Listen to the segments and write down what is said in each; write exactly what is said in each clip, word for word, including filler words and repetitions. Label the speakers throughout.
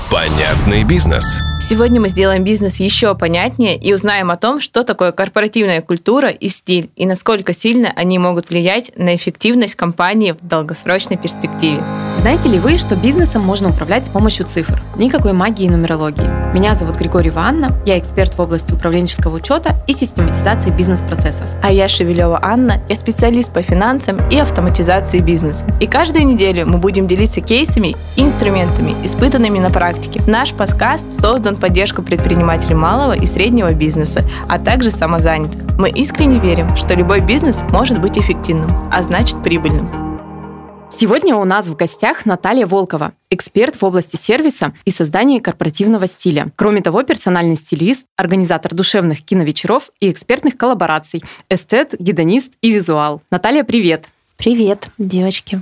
Speaker 1: Понятный бизнес.
Speaker 2: Сегодня мы сделаем бизнес еще понятнее и узнаем о том, что такое корпоративная культура и стиль, и насколько сильно они могут влиять на эффективность компании в долгосрочной перспективе.
Speaker 3: Знаете ли вы, что бизнесом можно управлять с помощью цифр? Никакой магии и нумерологии. Меня зовут Григорьева Анна, я эксперт в области управленческого учета и систематизации бизнес-процессов.
Speaker 2: А я Шевелева Анна, я специалист по финансам и автоматизации бизнеса. И каждую неделю мы будем делиться кейсами и инструментами, испытанными на практике. Наш подкаст создан в поддержку предпринимателей малого и среднего бизнеса, а также самозанятых. Мы искренне верим, что любой бизнес может быть эффективным, а значит прибыльным.
Speaker 3: Сегодня у нас в гостях Наталья Волкова, эксперт в области сервиса и создания корпоративного стиля. Кроме того, персональный стилист, организатор душевных киновечеров и экспертных коллабораций, эстет, гедонист и визуал. Наталья, привет!
Speaker 4: Привет, девочки!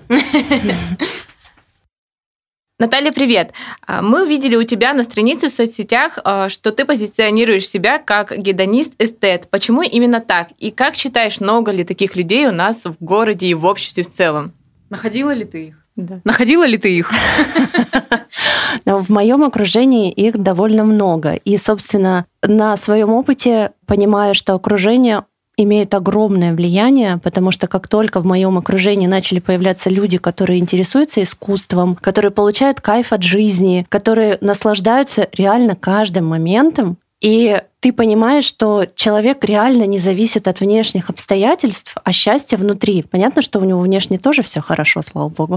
Speaker 2: Наталья, привет! Мы увидели у тебя на странице в соцсетях, что ты позиционируешь себя как гедонист-эстет. Почему именно так? И как считаешь, много ли таких людей у нас в городе и в обществе в целом?
Speaker 3: Находила ли ты их?
Speaker 2: Да.
Speaker 3: Находила ли ты их?
Speaker 4: В моем окружении их довольно много. И, собственно, на своем опыте понимаю, что окружение имеет огромное влияние, потому что как только в моем окружении начали появляться люди, которые интересуются искусством, которые получают кайф от жизни, которые наслаждаются реально каждым моментом, и ты понимаешь, что человек реально не зависит от внешних обстоятельств, а счастье внутри. Понятно, что у него внешне тоже все хорошо, слава богу.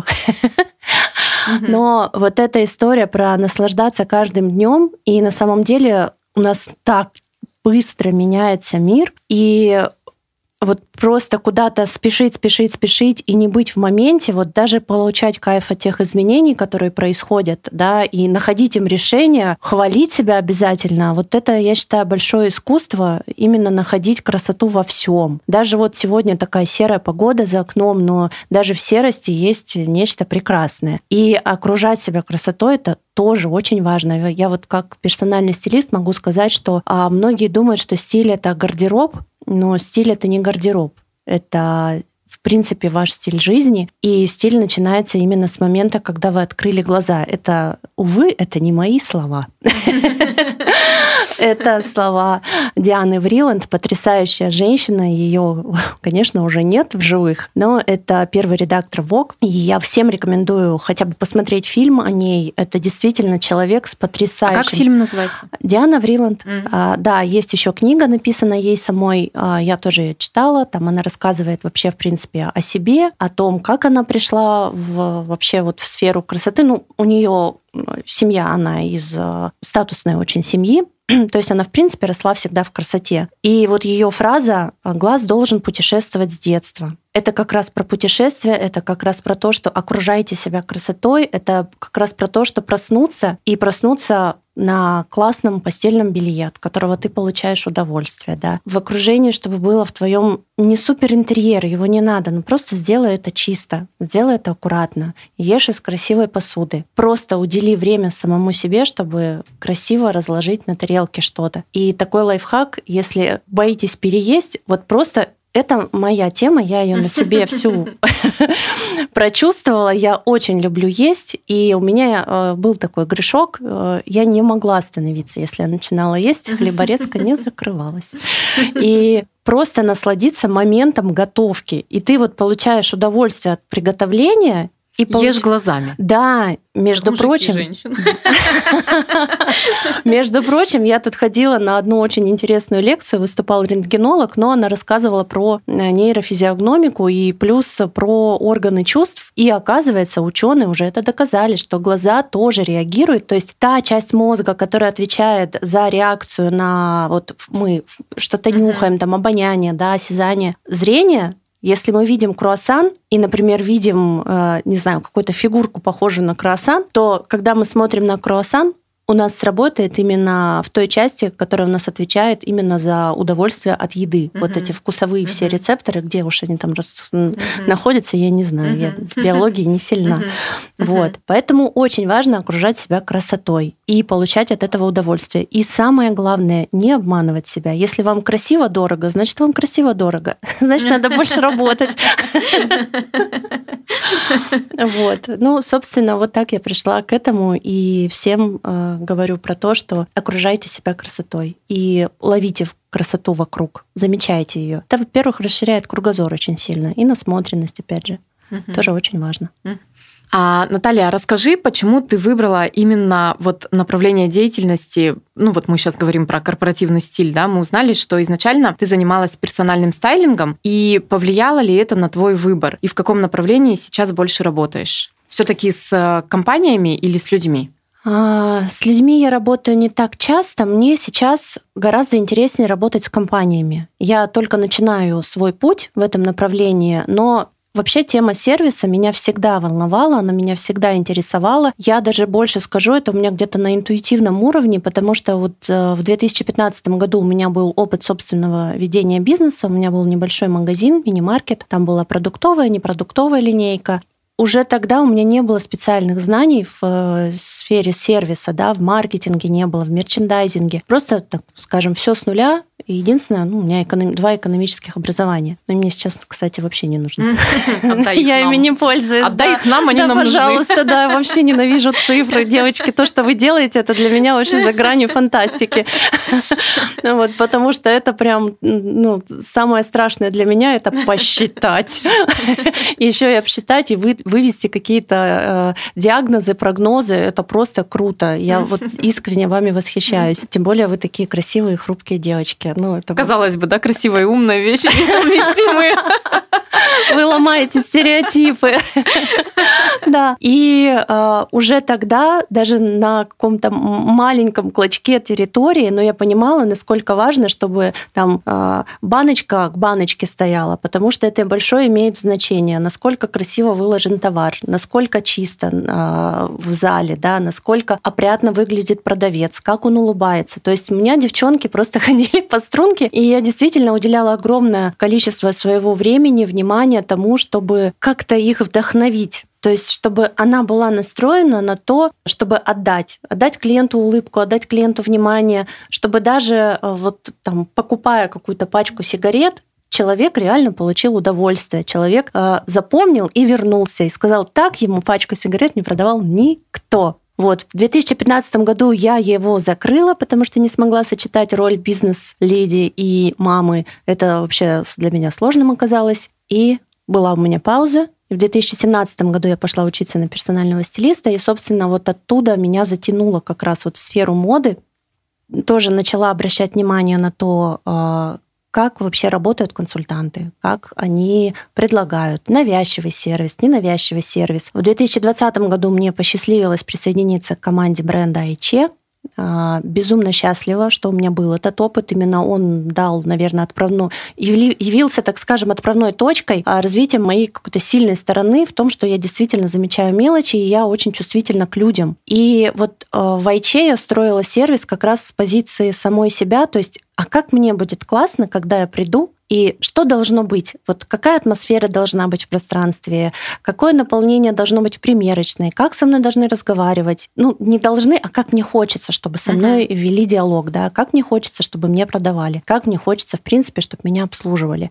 Speaker 4: Но вот эта история про наслаждаться каждым днем, и на самом деле у нас так быстро меняется мир, и вот просто куда-то спешить, спешить, спешить и не быть в моменте, вот даже получать кайф от тех изменений, которые происходят, да, и находить им решения, хвалить себя обязательно. Вот это, я считаю, большое искусство, именно находить красоту во всем. Даже вот сегодня такая серая погода за окном, но даже в серости есть нечто прекрасное. И окружать себя красотой — это тоже очень важно. Я вот как персональный стилист могу сказать, что а, многие думают, что стиль — это гардероб, но стиль — это не гардероб. Это, в принципе, ваш стиль жизни. И стиль начинается именно с момента, когда вы открыли глаза. Это, увы, это не мои слова. Это слова Дианы Вриланд, потрясающая женщина. Ее, конечно, уже нет в живых, но это первый редактор Vogue. И я всем рекомендую хотя бы посмотреть фильм о ней. Это действительно человек с потрясающим...
Speaker 3: А как фильм называется?
Speaker 4: Диана Вриланд.
Speaker 3: Mm-hmm.
Speaker 4: А, да, есть еще книга, написанная ей самой. А, я тоже ее читала. Там она рассказывает вообще, в принципе, о себе, о том, как она пришла в, вообще вот в сферу красоты. Ну, у нее семья, она из статусной очень семьи. То есть она, в принципе, росла всегда в красоте. И вот ее фраза «глаз должен путешествовать с детства». Это как раз про путешествие, это как раз про то, что окружайте себя красотой, это как раз про то, что проснуться и проснуться на классном постельном белье, от которого ты получаешь удовольствие, да. В окружении, чтобы было в твоем не супер интерьер, его не надо, но просто сделай это чисто, сделай это аккуратно, ешь из красивой посуды. Просто удели время самому себе, чтобы красиво разложить на тарелке что-то. И такой лайфхак, если боитесь переесть, вот просто это моя тема, я ее на себе всю прочувствовала. Я очень люблю есть, и у меня был такой грешок. Я не могла остановиться, если я начинала есть, хлеборезка не закрывалась. И просто насладиться моментом готовки. И ты вот получаешь удовольствие от приготовления. И
Speaker 3: Ешь
Speaker 4: получ...
Speaker 3: глазами.
Speaker 4: Да, между
Speaker 3: Мужики,
Speaker 4: прочим...
Speaker 3: женщины.
Speaker 4: Между прочим, я тут ходила на одну очень интересную лекцию, выступал рентгенолог, но она рассказывала про нейрофизиогномику и плюс про органы чувств. И оказывается, ученые уже это доказали, что глаза тоже реагируют. То есть та часть мозга, которая отвечает за реакцию на... Вот мы что-то нюхаем, там обоняние, да, осязание, зрение. Если мы видим круассан и, например, видим, не знаю, какую-то фигурку, похожую на круассан, то когда мы смотрим на круассан, у нас сработает именно в той части, которая у нас отвечает именно за удовольствие от еды. Uh-huh. Вот эти вкусовые uh-huh. все рецепторы, где уж они там рас... uh-huh. находятся, я не знаю, uh-huh. я в биологии не сильна. Uh-huh. Вот. Поэтому очень важно окружать себя красотой и получать от этого удовольствие. И самое главное, не обманывать себя. Если вам красиво дорого, значит, вам красиво дорого. Значит, надо больше работать. Вот. Ну, собственно, вот так я пришла к этому, и всем говорю про то, что окружайте себя красотой и ловите красоту вокруг, замечайте ее. Это, во-первых, расширяет кругозор очень сильно, и насмотренность, опять же, угу. тоже очень важно.
Speaker 3: А, Наталья, расскажи, почему ты выбрала именно вот направление деятельности, ну вот мы сейчас говорим про корпоративный стиль, да, мы узнали, что изначально ты занималась персональным стайлингом, и повлияло ли это на твой выбор, и в каком направлении сейчас больше работаешь? Все-таки с компаниями или с людьми?
Speaker 4: С людьми я работаю не так часто. Мне сейчас гораздо интереснее работать с компаниями. Я только начинаю свой путь в этом направлении, но вообще тема сервиса меня всегда волновала, она меня всегда интересовала. Я даже больше скажу, это у меня где-то на интуитивном уровне, потому что вот в две тысячи пятнадцатом году у меня был опыт собственного ведения бизнеса, у меня был небольшой магазин, мини-маркет, там была продуктовая, непродуктовая линейка. Уже тогда у меня не было специальных знаний в сфере сервиса, да, в маркетинге не было, в мерчендайзинге. Просто, так скажем, все с нуля. И единственное, ну, у меня эконом... два экономических образования. Но мне сейчас, кстати, вообще не нужно. Я ими не пользуюсь.
Speaker 3: Отдай их нам, они нам нужны.
Speaker 4: Пожалуйста, да, вообще ненавижу цифры. Девочки, то, что вы делаете, это для меня очень за гранью фантастики. Вот, потому что это прям, ну, самое страшное для меня — это посчитать. Еще и обсчитать, и вы, вывести какие-то э, диагнозы, прогнозы. Это просто круто. Я вот искренне вами восхищаюсь. Тем более вы такие красивые, хрупкие девочки. Ну, это...
Speaker 3: Казалось бы, да, красивая и умная вещи несовместимые.
Speaker 4: Вы ломаете стереотипы. Да. И э, уже тогда, даже на каком-то маленьком клочке территории, но я понимала, насколько важно, чтобы там э, баночка к баночке стояла, потому что это большое имеет значение, насколько красиво выложен товар, насколько чисто э, в зале, да, насколько опрятно выглядит продавец, как он улыбается. То есть у меня девчонки просто ходили по струнке, и я действительно уделяла огромное количество своего времени, внимания тому, чтобы как-то их вдохновить. То есть, чтобы она была настроена на то, чтобы отдать. Отдать клиенту улыбку, отдать клиенту внимание, чтобы даже вот там, покупая какую-то пачку сигарет, человек реально получил удовольствие. Человек э, запомнил и вернулся, и сказал, так ему пачку сигарет не продавал никто. Вот. В две тысячи пятнадцатом году я его закрыла, потому что не смогла сочетать роль бизнес-леди и мамы. Это вообще для меня сложным оказалось. И была у меня пауза. И в две тысячи семнадцатом году я пошла учиться на персонального стилиста, и, собственно, вот оттуда меня затянуло как раз вот в сферу моды. Тоже начала обращать внимание на то, как вообще работают консультанты, как они предлагают навязчивый сервис, ненавязчивый сервис. В две тысячи двадцатом году мне посчастливилось присоединиться к команде бренда Айче. Безумно счастлива, что у меня был этот опыт. Именно он дал, наверное, отправную, явился, так скажем, отправной точкой развития моей какой-то сильной стороны в том, что я действительно замечаю мелочи, и я очень чувствительна к людям. И вот в Айче я строила сервис как раз с позиции самой себя, то есть а как мне будет классно, когда я приду, и что должно быть? Вот какая атмосфера должна быть в пространстве? Какое наполнение должно быть в примерочной? Как со мной должны разговаривать? Ну, не должны, а как мне хочется, чтобы со мной uh-huh. вели диалог, да? Как мне хочется, чтобы мне продавали? Как мне хочется, в принципе, чтобы меня обслуживали?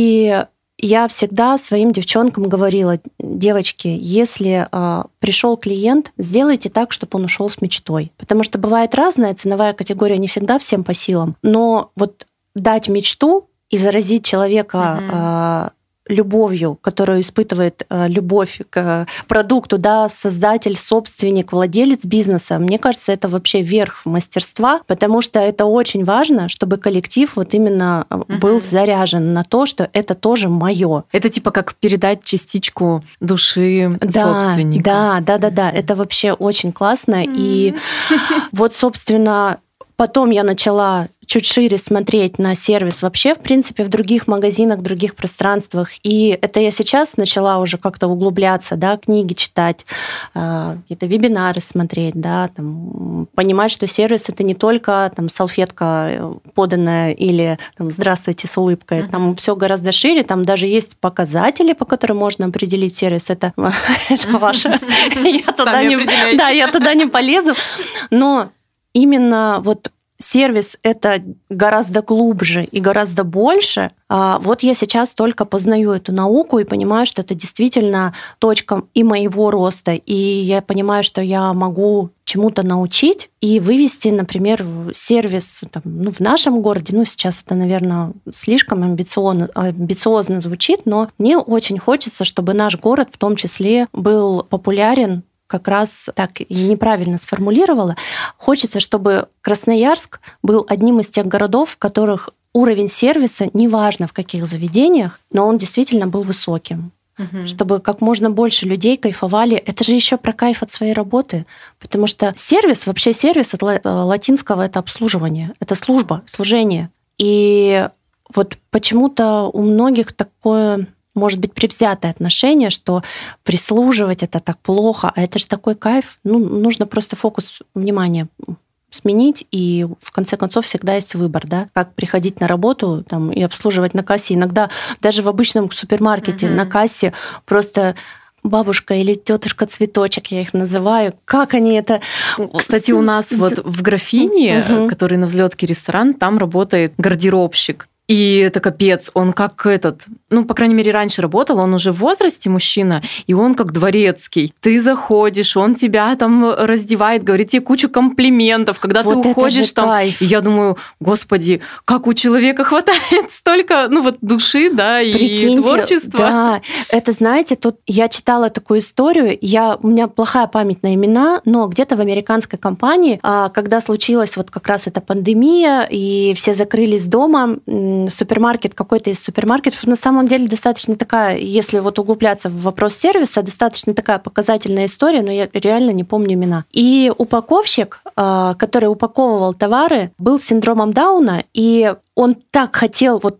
Speaker 4: И я всегда своим девчонкам говорила, девочки, если э, пришел клиент, сделайте так, чтобы он ушел с мечтой. Потому что бывает разная ценовая категория, не всегда всем по силам. Но вот дать мечту и заразить человека mm-hmm. э, любовью, которую испытывает э, любовь к продукту, да, создатель, собственник, владелец бизнеса, мне кажется, это вообще верх мастерства, потому что это очень важно, чтобы коллектив вот именно mm-hmm. был заряжен на то, что это тоже мое.
Speaker 3: Это типа как передать частичку души
Speaker 4: да,
Speaker 3: собственника.
Speaker 4: Да, да, да, да. Это вообще очень классно. Mm-hmm. И вот, собственно, потом я начала чуть шире смотреть на сервис вообще, в принципе, в других магазинах, в других пространствах. И это я сейчас начала уже как-то углубляться, да, книги читать, какие-то вебинары смотреть, да, там, понимать, что сервис — это не только там, салфетка поданная или там, «здравствуйте» с улыбкой. Mm-hmm. Там все гораздо шире, там даже есть показатели, по которым можно определить сервис. Это, это ваше. Я туда не, да, я туда не полезу. Но именно вот сервис — это гораздо глубже и гораздо больше. Вот я сейчас только познаю эту науку и понимаю, что это действительно точка и моего роста, и я понимаю, что я могу чему-то научить и вывести, например, сервис там, ну, в нашем городе. Ну, сейчас это, наверное, слишком амбициозно, амбициозно звучит, но мне очень хочется, чтобы наш город в том числе был популярен, как раз так и неправильно сформулировала. Хочется, чтобы Красноярск был одним из тех городов, в которых уровень сервиса, неважно в каких заведениях, но он действительно был высоким. Угу. Чтобы как можно больше людей кайфовали. Это же еще про кайф от своей работы. Потому что сервис, вообще сервис от латинского — это обслуживание, это служба, служение. И вот почему-то у многих такое... может быть, предвзятое отношение, что прислуживать — это так плохо, а это же такой кайф. Ну, нужно просто фокус внимания сменить, и в конце концов всегда есть выбор, да, как приходить на работу там, и обслуживать на кассе. Иногда даже в обычном супермаркете mm-hmm. на кассе просто бабушка или тетушка цветочек, я их называю. Как они это...
Speaker 3: Кстати, у нас вот в Графине, mm-hmm. который на Взлетке ресторан, там работает гардеробщик. И это капец, он как этот, ну, по крайней мере, раньше работал, он уже в возрасте мужчина, и он как дворецкий. Ты заходишь, он тебя там раздевает, говорит тебе кучу комплиментов, когда вот ты уходишь там. Кайф. И я думаю, господи, как у человека хватает столько, ну, вот души, да, и Прикиньте, творчества.
Speaker 4: Да, это, знаете, тут я читала такую историю, я, у меня плохая память на имена, но где-то в американской компании, когда случилась вот как раз эта пандемия, и все закрылись дома, супермаркет, какой-то из супермаркетов, на самом деле достаточно такая, если вот углубляться в вопрос сервиса, достаточно такая показательная история, но я реально не помню имена. И упаковщик, который упаковывал товары, был с синдромом Дауна, и он так хотел вот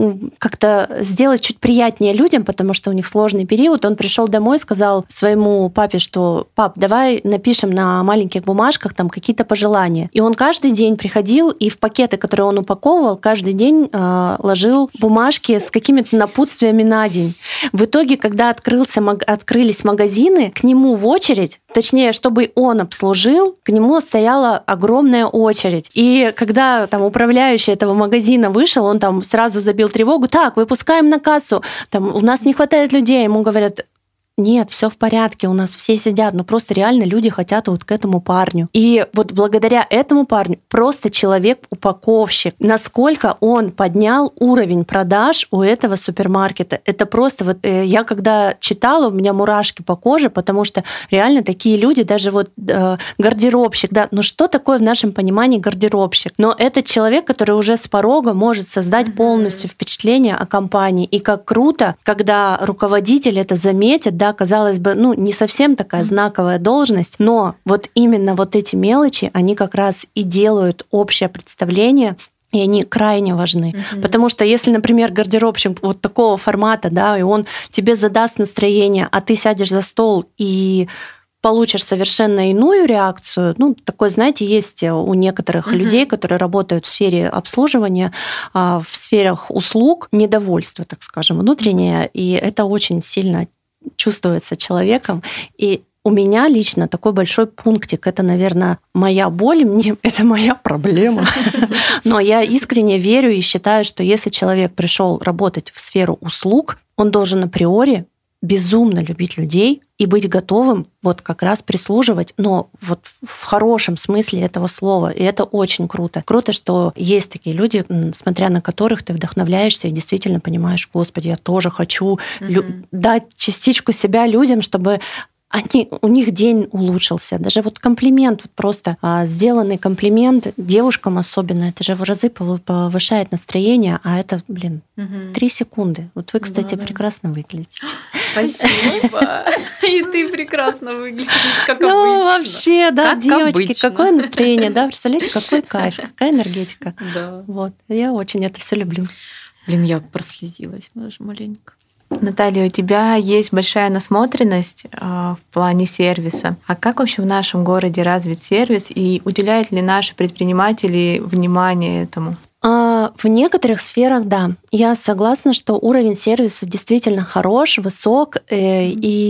Speaker 4: как-то сделать чуть приятнее людям, потому что у них сложный период. Он пришел домой, сказал своему папе, что «пап, давай напишем на маленьких бумажках там какие-то пожелания». И он каждый день приходил и в пакеты, которые он упаковывал, каждый день э, ложил бумажки с какими-то напутствиями на день. В итоге, когда открылся, открылись магазины, к нему в очередь, точнее, чтобы он обслужил, к нему стояла огромная очередь. И когда там управляющий этого магазина вышел, он там сразу забил тревогу. Так, выпускаем на кассу. Там, у нас не хватает людей. Ему говорят: нет, все в порядке, у нас все сидят, но просто реально люди хотят вот к этому парню. И вот благодаря этому парню просто человек-упаковщик, насколько он поднял уровень продаж у этого супермаркета. Это просто вот э, я когда читала, у меня мурашки по коже, потому что реально такие люди, даже вот э, гардеробщик, да, ну что такое в нашем понимании гардеробщик? Но это человек, который уже с порога может создать mm-hmm. полностью впечатление о компании. И как круто, когда руководитель это заметит, да, казалось бы, ну, не совсем такая знаковая должность, но вот именно вот эти мелочи, они как раз и делают общее представление, и они крайне важны. Uh-huh. Потому что если, например, гардеробщик вот такого формата, да, и он тебе задаст настроение, а ты сядешь за стол и получишь совершенно иную реакцию. Ну, такое, знаете, есть у некоторых uh-huh. людей, которые работают в сфере обслуживания, в сферах услуг, недовольство, так скажем, внутреннее, и это очень сильно чувствуется человеком. И у меня лично такой большой пунктик. Это, наверное, моя боль, мне, это моя проблема. Но я искренне верю и считаю, что если человек пришел работать в сферу услуг, он должен априори безумно любить людей и быть готовым вот как раз прислуживать, но вот в хорошем смысле этого слова. И это очень круто. Круто, что есть такие люди, смотря на которых ты вдохновляешься и действительно понимаешь: Господи, я тоже хочу mm-hmm. лю- дать частичку себя людям, чтобы они, у них день улучшился. Даже вот комплимент, вот просто а, сделанный комплимент девушкам особенно, это же в разы повышает настроение, а это, блин, три секунды. Вот вы, кстати, да, прекрасно да. выглядите.
Speaker 3: Спасибо. И ты прекрасно выглядишь, как обычно.
Speaker 4: Ну, вообще, да, девочки, какое настроение, да, представляете, какой кайф, какая энергетика.
Speaker 3: Да.
Speaker 4: Вот, я очень это все люблю.
Speaker 3: Блин, я прослезилась даже маленько.
Speaker 2: Наталья, у тебя есть большая насмотренность э, в плане сервиса. А как вообще в нашем городе развит сервис и уделяют ли наши предприниматели внимание этому?
Speaker 4: А, в некоторых сферах, да. Я согласна, что уровень сервиса действительно хорош, высок, э,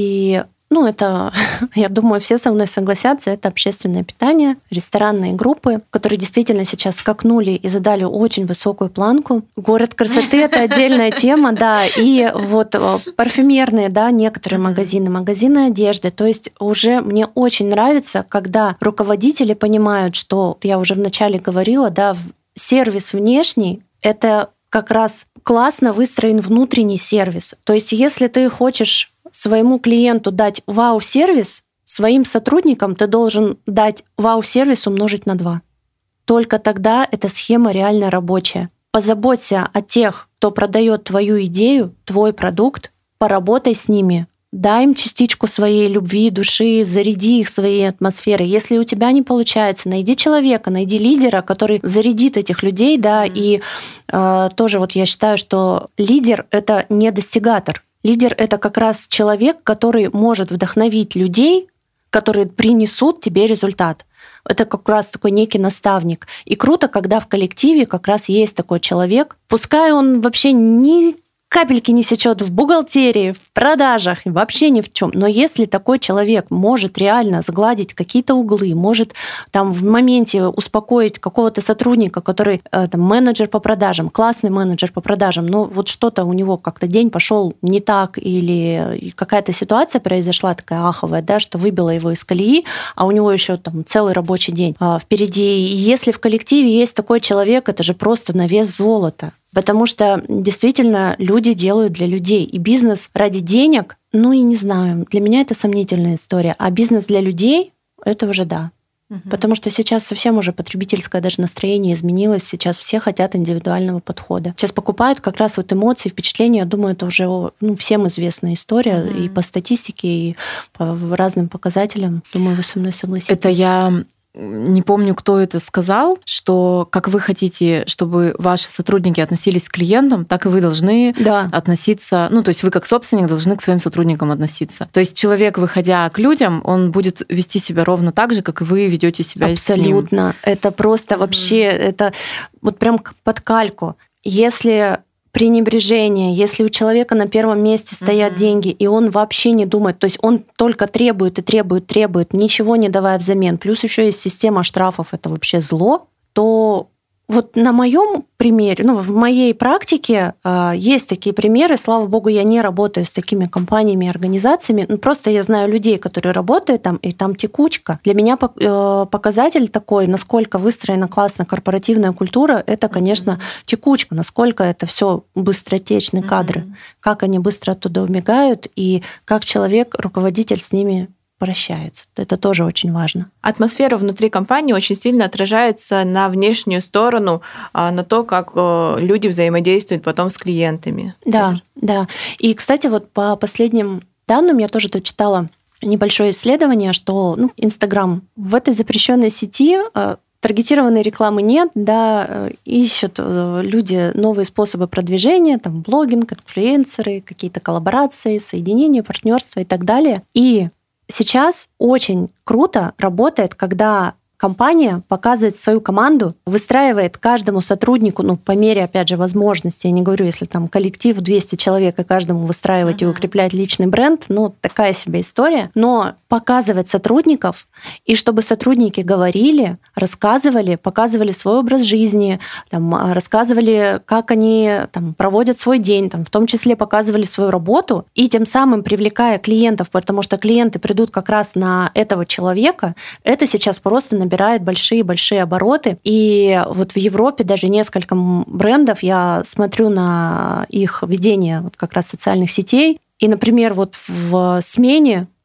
Speaker 4: и ну, это, я думаю, все со мной согласятся, это общественное питание, ресторанные группы, которые действительно сейчас скакнули и задали очень высокую планку. Город красоты — это отдельная тема, да, и вот парфюмерные, да, некоторые магазины, магазины одежды. То есть уже мне очень нравится, когда руководители понимают, что, я уже вначале говорила, да, сервис внешний — это как раз классно выстроен внутренний сервис. То есть если ты хочешь своему клиенту дать вау-сервис, своим сотрудникам ты должен дать вау-сервис умножить на два. Только тогда эта схема реально рабочая. Позаботься о тех, кто продает твою идею, твой продукт, поработай с ними, дай им частичку своей любви, души, заряди их своей атмосферой. Если у тебя не получается, найди человека, найди лидера, который зарядит этих людей, да, mm-hmm. и э, тоже вот я считаю, что лидер — это не достигатор. Лидер — это как раз человек, который может вдохновить людей, которые принесут тебе результат. Это как раз такой некий наставник. И круто, когда в коллективе как раз есть такой человек. Пускай он вообще ни капельки не сечет в бухгалтерии, в продажах, вообще ни в чем. Но если такой человек может реально сгладить какие-то углы, может там в моменте успокоить какого-то сотрудника, который там, менеджер по продажам, классный менеджер по продажам, но вот что-то у него как-то день пошел не так, или какая-то ситуация произошла такая аховая, да, что выбила его из колеи, а у него еще там целый рабочий день впереди. И если в коллективе есть такой человек, это же просто на вес золота. Потому что действительно люди делают для людей. И бизнес ради денег, ну и не знаю, для меня это сомнительная история. А бизнес для людей — это уже да. Угу. Потому что сейчас совсем уже потребительское даже настроение изменилось. Сейчас все хотят индивидуального подхода. Сейчас покупают как раз вот эмоции, впечатления. Я думаю, это уже ну, всем известная история. Угу. И по статистике, и по разным показателям. Думаю, вы со мной согласитесь.
Speaker 3: Это я... Не помню, кто это сказал, что как вы хотите, чтобы ваши сотрудники относились к клиентам, так и вы должны
Speaker 4: да.
Speaker 3: относиться, ну, то есть вы как собственник должны к своим сотрудникам относиться. То есть человек, выходя к людям, он будет вести себя ровно так же, как и вы ведете себя с ним.
Speaker 4: Абсолютно. Это просто mm-hmm. вообще, это вот прям под кальку. Если пренебрежение, если у человека на первом месте стоят mm-hmm. деньги, и он вообще не думает, то есть он только требует и требует, требует, ничего не давая взамен, плюс еще есть система штрафов, это вообще зло, то вот на моем примере, ну, в моей практике э, есть такие примеры. Слава богу, я не работаю с такими компаниями и организациями. Ну, просто я знаю людей, которые работают там, и там текучка. Для меня э, показатель такой, насколько выстроена классная корпоративная культура, это, конечно, mm-hmm. текучка, насколько это все быстротечные кадры, mm-hmm. как они быстро оттуда убегают, и как человек, руководитель с ними прощается. Это тоже очень важно.
Speaker 2: Атмосфера внутри компании очень сильно отражается на внешнюю сторону, на то, как люди взаимодействуют потом с клиентами.
Speaker 4: Да,
Speaker 2: тоже.
Speaker 4: да. И, кстати, вот по последним данным я тоже тут читала небольшое исследование, что ну, Инстаграм в этой запрещенной сети таргетированной рекламы нет, да, ищут люди новые способы продвижения, там блогинг, инфлюенсеры, какие-то коллаборации, соединения, партнерства и так далее. И сейчас очень круто работает, когда компания показывает свою команду, выстраивает каждому сотруднику, ну, по мере, опять же, возможности, я не говорю, если там коллектив двести человек, и каждому выстраивать uh-huh. и укреплять личный бренд, ну, такая себе история, но показывать сотрудников, и чтобы сотрудники говорили, рассказывали, показывали свой образ жизни, там, рассказывали, как они там, проводят свой день, там, в том числе показывали свою работу, и тем самым привлекая клиентов, потому что клиенты придут как раз на этого человека, это сейчас просто набирает большие-большие обороты. И вот в Европе даже несколько брендов, я смотрю на их ведение вот как раз социальных сетей, и, например, вот в смене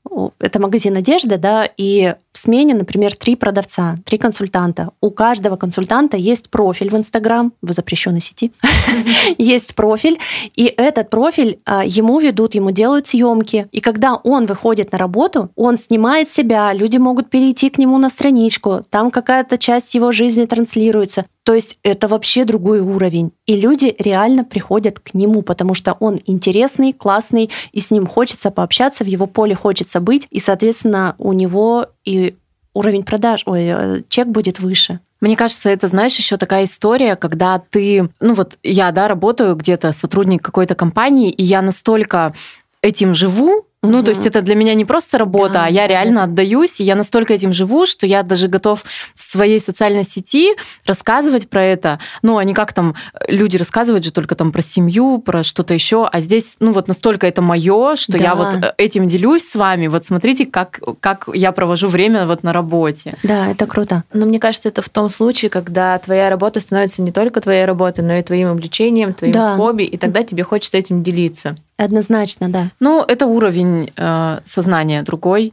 Speaker 4: это магазин одежды, да, и в смене, например, три продавца, три консультанта. У каждого консультанта есть профиль в Инстаграм, в запрещенной сети, есть профиль, и этот профиль ему ведут, ему делают съемки. И когда он выходит на работу, он снимает себя, люди могут перейти к нему на страничку, там какая-то часть его жизни транслируется. То есть это вообще другой уровень. И люди реально приходят к нему, потому что он интересный, классный, и с ним хочется пообщаться, в его поле хочется быть, и, соответственно, у него и уровень продаж, ой, чек будет выше.
Speaker 3: Мне кажется, это, знаешь, еще такая история, когда ты, ну вот я, да, работаю где-то, сотрудник какой-то компании, и я настолько этим живу, ну, то есть это для меня не просто работа, да, а я да, реально да. отдаюсь, и я настолько этим живу, что я даже готов в своей социальной сети рассказывать про это. Ну, а не как там люди рассказывают же только там про семью, про что-то еще, а здесь, ну, вот настолько это мое, что да. я вот этим делюсь с вами. Вот смотрите, как, как я провожу время вот на работе.
Speaker 4: Да, это круто.
Speaker 2: Но мне кажется, это в том случае, когда твоя работа становится не только твоей работой, но и твоим увлечением, твоим да. хобби, и тогда тебе хочется этим делиться.
Speaker 4: Однозначно, да.
Speaker 3: Ну, это уровень э, сознания другой.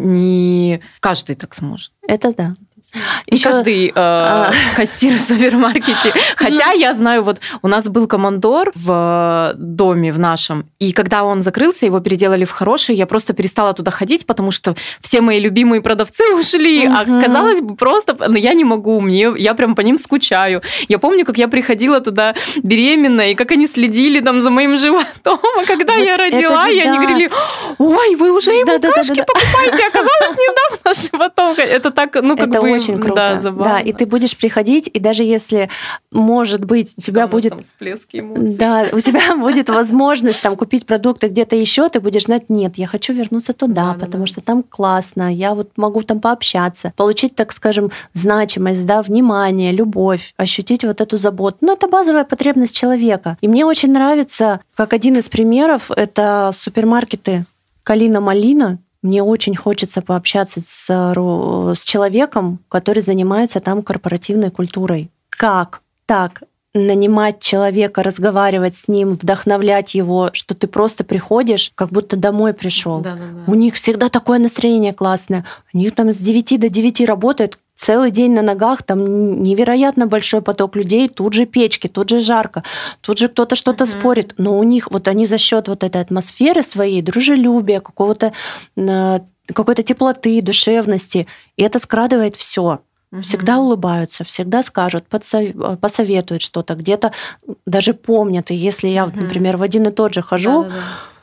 Speaker 3: Не каждый так сможет.
Speaker 4: Это да.
Speaker 3: Не Еще... каждый э, а... кассир в супермаркете. Хотя я знаю, вот у нас был командор в доме в нашем, и когда он закрылся, его переделали в хороший, я просто перестала туда ходить, потому что все мои любимые продавцы ушли, угу. а казалось бы просто, но я не могу, мне, я прям по ним скучаю. Я помню, как я приходила туда беременная, и как они следили там за моим животом, а когда вот я родила, же, и да. они говорили, ой, вы уже ему да, кашки да, да, да, покупаете, оказалось недавно животом. Это так, ну как
Speaker 4: это
Speaker 3: бы...
Speaker 4: очень круто. Да, да, и ты будешь приходить, и даже если, может быть, у тебя будет...
Speaker 3: Там всплески эмоций.
Speaker 4: Да, у тебя будет возможность там купить продукты где-то еще, ты будешь знать, нет, я хочу вернуться туда, да, потому да, что там классно, я вот могу там пообщаться, получить, так скажем, значимость, да, внимание, любовь, ощутить вот эту заботу. Ну, это базовая потребность человека. И мне очень нравится, как один из примеров, это супермаркеты «Калина-малина». Мне очень хочется пообщаться с, с человеком, который занимается там корпоративной культурой. Как так нанимать человека, разговаривать с ним, вдохновлять его, что ты просто приходишь, как будто домой пришел.
Speaker 3: Да, да, да.
Speaker 4: У них всегда такое настроение классное. У них там с девяти до девяти работают, целый день на ногах, там невероятно большой поток людей, тут же печки, тут же жарко, тут же кто-то что-то uh-huh. спорит, но у них вот они за счет вот этой атмосферы своей, дружелюбия, какого-то какой-то теплоты, душевности, и это скрадывает все. Uh-huh. Всегда улыбаются, всегда скажут, подсов... посоветуют что-то, где-то даже помнят. И если я, uh-huh. например, в один и тот же хожу, да-да-да.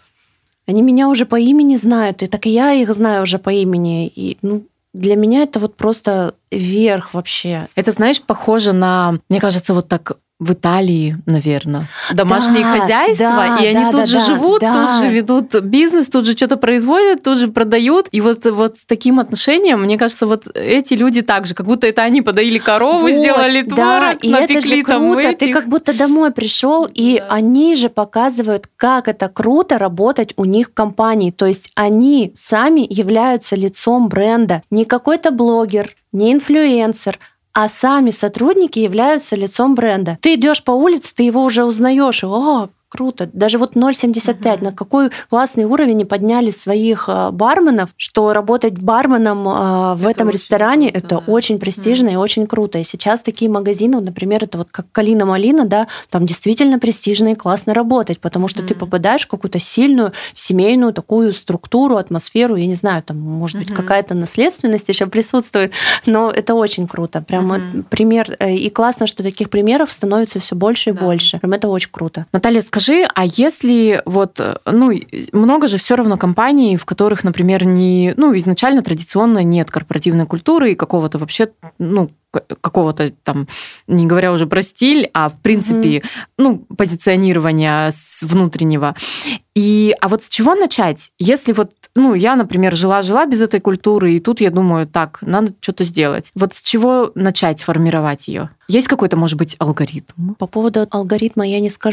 Speaker 4: Они меня уже по имени знают, и так и я их знаю уже по имени, и ну для меня это вот просто верх вообще.
Speaker 3: Это, знаешь, похоже на, мне кажется, вот так в Италии, наверное, домашние да, хозяйства, да, и они да, тут да, же да, живут, да. тут же ведут бизнес, тут же что-то производят, тут же продают. И вот, вот с таким отношением, мне кажется, вот эти люди так же, как будто это они подоили корову, вот, сделали творог,
Speaker 4: да, и
Speaker 3: напекли
Speaker 4: это же
Speaker 3: там
Speaker 4: круто.
Speaker 3: этих.
Speaker 4: Ты как будто домой пришел, да. и они же показывают, как это круто работать у них в компании. То есть они сами являются лицом бренда. Не какой-то блогер, не инфлюенсер, а сами сотрудники являются лицом бренда. Ты идешь по улице, ты его уже узнаешь, и о, круто. Даже вот ноль семьдесят пять, uh-huh. на какой классный уровень они подняли своих барменов, что работать барменом в это этом ресторане, круто, это да. очень престижно uh-huh. и очень круто. И сейчас такие магазины, например, это вот как «Калина-малина», да, там действительно престижно и классно работать, потому что uh-huh. ты попадаешь в какую-то сильную семейную такую структуру, атмосферу, я не знаю, там, может uh-huh. быть, какая-то наследственность еще присутствует, но это очень круто. Прям uh-huh. пример. И классно, что таких примеров становится все больше и да. больше. Прям это очень круто.
Speaker 3: Наталья, скажи, Скажи, а если вот, ну, много же все равно компаний, в которых, например, не, ну, изначально традиционно нет корпоративной культуры и какого-то вообще, ну, какого-то там, не говоря уже про стиль, а в принципе, mm-hmm. ну, позиционирования с внутреннего. И, а вот с чего начать? Если вот, ну, я, например, жила-жила без этой культуры, и тут я думаю, так, надо что-то сделать. Вот с чего начать формировать ее? Есть какой-то, может быть, алгоритм?
Speaker 4: По поводу алгоритма я не скажу,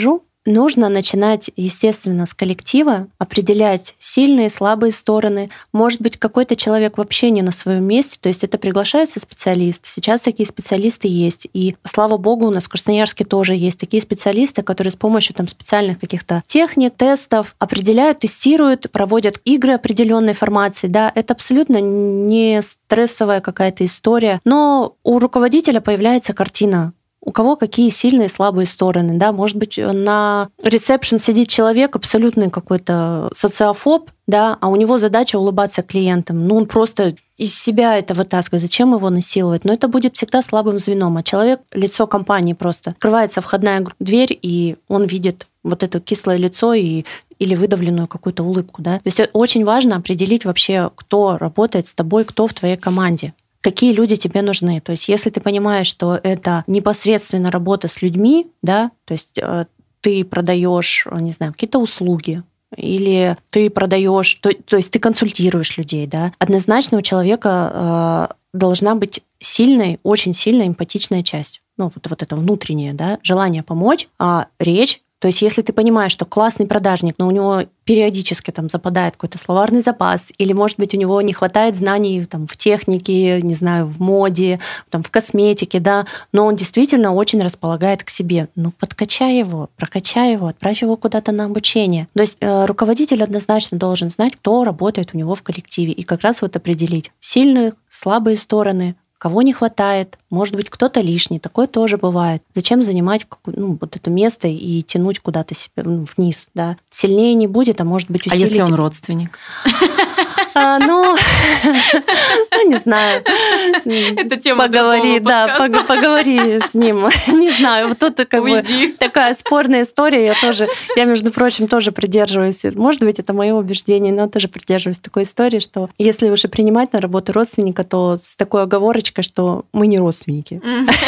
Speaker 4: нужно начинать, естественно, с коллектива, определять сильные и слабые стороны. Может быть, какой-то человек вообще не на своем месте, то есть это приглашается специалист. Сейчас такие специалисты есть. И, слава богу, у нас в Красноярске тоже есть такие специалисты, которые с помощью там, специальных каких-то техник, тестов определяют, тестируют, проводят игры определенной формации. Да, это абсолютно не стрессовая какая-то история. Но у руководителя появляется картина, у кого какие сильные и слабые стороны. Да? Может быть, на ресепшн сидит человек, абсолютный какой-то социофоб, да, а у него задача улыбаться клиентам. Ну, он просто из себя это вытаскивает. Зачем его насиловать? Но это будет всегда слабым звеном. А человек, лицо компании просто. Открывается входная дверь, и он видит вот это кислое лицо и или выдавленную какую-то улыбку. Да? То есть очень важно определить вообще, кто работает с тобой, кто в твоей команде. Какие люди тебе нужны. То есть если ты понимаешь, что это непосредственно работа с людьми, да, то есть э, ты продаешь, не знаю, какие-то услуги, или ты продаешь, то, то есть ты консультируешь людей, да, однозначно у человека э, должна быть сильная, очень сильная эмпатичная часть. Ну, вот, вот это внутреннее, да, желание помочь, а речь. То есть если ты понимаешь, что классный продажник, но у него периодически там западает какой-то словарный запас, или, может быть, у него не хватает знаний там, в технике, не знаю, в моде, там, в косметике, да, но он действительно очень располагает к себе. Ну, подкачай его, прокачай его, отправь его куда-то на обучение. То есть э, руководитель однозначно должен знать, кто работает у него в коллективе, и как раз вот определить сильные, слабые стороны, кого не хватает, может быть, кто-то лишний, такое тоже бывает. Зачем занимать ну, вот это место и тянуть куда-то себя ну, вниз, да? Сильнее не будет, а может быть усилить.
Speaker 3: А если он родственник?
Speaker 4: А, ну, ну, не знаю.
Speaker 3: Это тема
Speaker 4: Поговори, да, поговори с ним. Не знаю, вот тут как бы такая спорная история. Я тоже, я, между прочим, тоже придерживаюсь. Может быть, это мое убеждение, но тоже придерживаюсь такой истории, что если уже принимать на работу родственника, то с такой оговорочкой, что мы не родственники.